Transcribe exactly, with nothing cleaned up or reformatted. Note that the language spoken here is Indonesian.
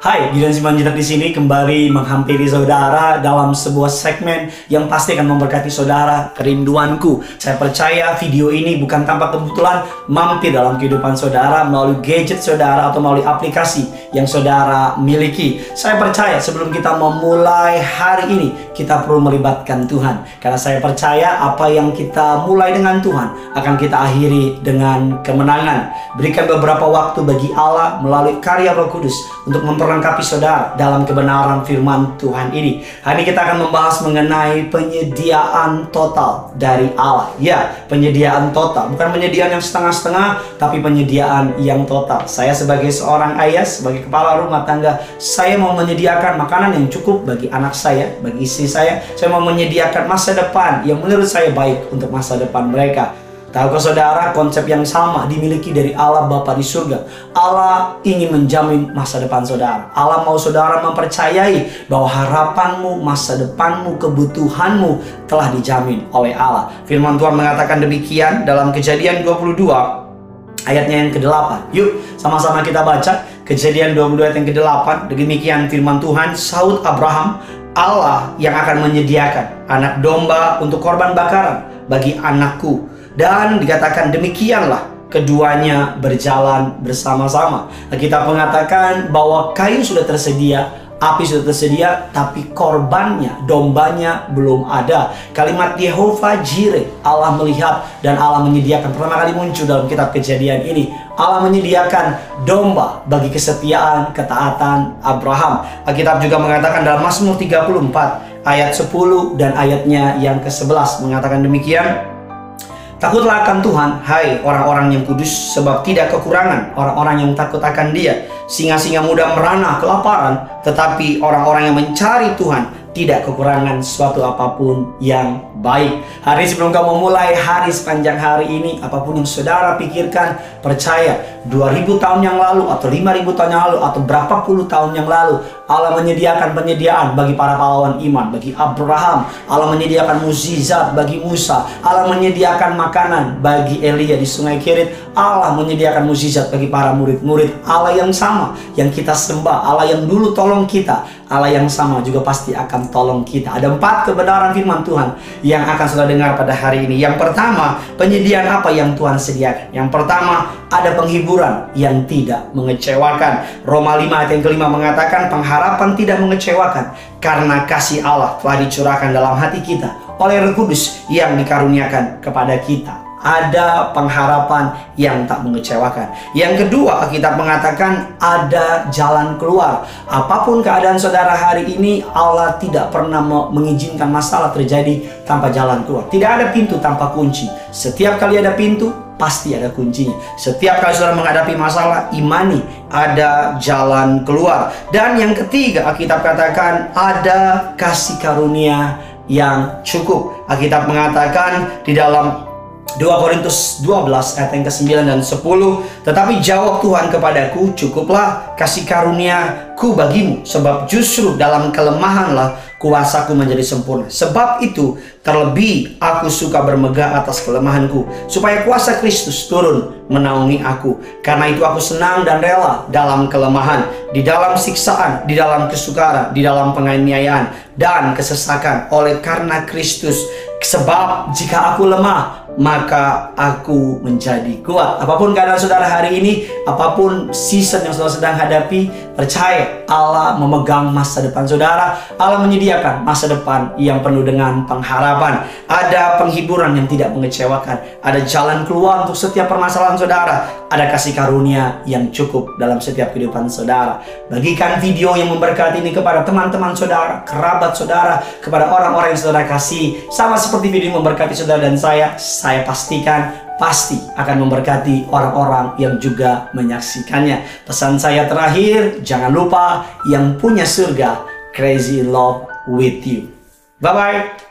Hai, Gideon Simanjuntak di sini kembali menghampiri saudara dalam sebuah segmen yang pasti akan memberkati saudara. Kerinduanku, saya percaya video ini bukan tanpa kebetulan mampir dalam kehidupan saudara melalui gadget saudara atau melalui aplikasi yang saudara miliki. Saya percaya sebelum kita memulai hari ini, kita perlu melibatkan Tuhan. Karena saya percaya apa yang kita mulai dengan Tuhan akan kita akhiri dengan kemenangan. Berikan beberapa waktu bagi Allah melalui karya Roh Kudus untuk memperlengkapi saudara dalam kebenaran firman Tuhan ini. Hari ini kita akan membahas mengenai penyediaan total dari Allah. Ya, penyediaan total. Bukan penyediaan yang setengah-setengah, tapi penyediaan yang total. Saya sebagai seorang ayah, sebagai kepala rumah tangga, saya mau menyediakan makanan yang cukup bagi anak saya, bagi istri saya. Saya mau menyediakan masa depan yang menurut saya baik untuk masa depan mereka. Tahukah saudara, konsep yang sama dimiliki dari Allah Bapa di surga. Allah ingin menjamin masa depan saudara. Allah mau saudara mempercayai bahwa harapanmu, masa depanmu, kebutuhanmu telah dijamin oleh Allah. Firman Tuhan mengatakan demikian dalam Kejadian dua puluh dua ayatnya yang kedelapan. Yuk sama-sama kita baca Kejadian dua puluh dua ayat yang kedelapan. Demikian firman Tuhan, sahut Abraham, Allah yang akan menyediakan anak domba untuk korban bakaran bagi anakku. Dan dikatakan demikianlah keduanya berjalan bersama-sama. Kita mengatakan bahwa kayu sudah tersedia, api sudah tersedia, tapi korbannya, dombanya belum ada. Kalimat Yehovah Jireh, Allah melihat dan Allah menyediakan, pertama kali muncul dalam kitab Kejadian ini. Allah menyediakan domba bagi kesetiaan, ketaatan Abraham. Alkitab juga mengatakan dalam Mazmur tiga puluh empat ayat sepuluh dan ayatnya yang ke sebelas mengatakan demikian. Takutlah akan Tuhan, hai orang-orang yang kudus, sebab tidak kekurangan orang-orang yang takut akan Dia. Singa-singa muda merana kelaparan, tetapi orang-orang yang mencari Tuhan tidak kekurangan suatu apapun yang baik. Hari sebelum kamu mulai hari sepanjang hari ini, apapun yang saudara pikirkan, percaya dua ribu tahun yang lalu atau lima ribu tahun yang lalu atau berapa puluh tahun yang lalu, Allah menyediakan penyediaan bagi para pahlawan iman, bagi Abraham. Allah menyediakan mukjizat bagi Musa. Allah menyediakan makanan bagi Elia di Sungai Kerit. Allah menyediakan mukjizat bagi para murid-murid. Allah yang sama yang kita sembah, Allah yang dulu tolong kita, Allah yang sama juga pasti akan tolong kita. Ada empat kebenaran firman Tuhan yang akan saudara dengar pada hari ini. Yang pertama, penyediaan apa yang Tuhan sediakan? Yang pertama, ada penghiburan yang tidak mengecewakan. Roma lima ayat yang kelima mengatakan pengharapan tidak mengecewakan karena kasih Allah telah dicurahkan dalam hati kita oleh Roh Kudus yang dikaruniakan kepada kita. Ada pengharapan yang tak mengecewakan. Yang kedua, Alkitab mengatakan ada jalan keluar. Apapun keadaan saudara hari ini, Allah tidak pernah mengizinkan masalah terjadi tanpa jalan keluar. Tidak ada pintu tanpa kunci. Setiap kali ada pintu, pasti ada kuncinya. Setiap kali saudara menghadapi masalah, imani ada jalan keluar. Dan yang ketiga, Alkitab katakan ada kasih karunia yang cukup. Alkitab mengatakan di dalam dua Korintus dua belas ayat yang ke sembilan dan sepuluh, tetapi jawab Tuhan kepadaku, cukuplah kasih karuniaku bagimu, sebab justru dalam kelemahanlah kuasaku menjadi sempurna. Sebab itu terlebih aku suka bermegah atas kelemahanku, supaya kuasa Kristus turun menaungi aku. Karena itu aku senang dan rela dalam kelemahan, di dalam siksaan, di dalam kesukaran, di dalam penganiayaan dan kesesakan oleh karena Kristus. Sebab jika aku lemah, maka aku menjadi kuat. Apapun keadaan saudara hari ini, apapun season yang saudara sedang hadapi, percaya Allah memegang masa depan saudara. Allah menyediakan masa depan yang penuh dengan pengharapan. Ada penghiburan yang tidak mengecewakan. Ada jalan keluar untuk setiap permasalahan saudara. Ada kasih karunia yang cukup dalam setiap kehidupan saudara. Bagikan video yang memberkati ini kepada teman-teman saudara, kerabat saudara, kepada orang-orang yang saudara kasih. Sama seperti video yang memberkati saudara dan saya, saya pastikan pasti akan memberkati orang-orang yang juga menyaksikannya. Pesan saya terakhir, jangan lupa yang punya surga, crazy in love with you. Bye-bye.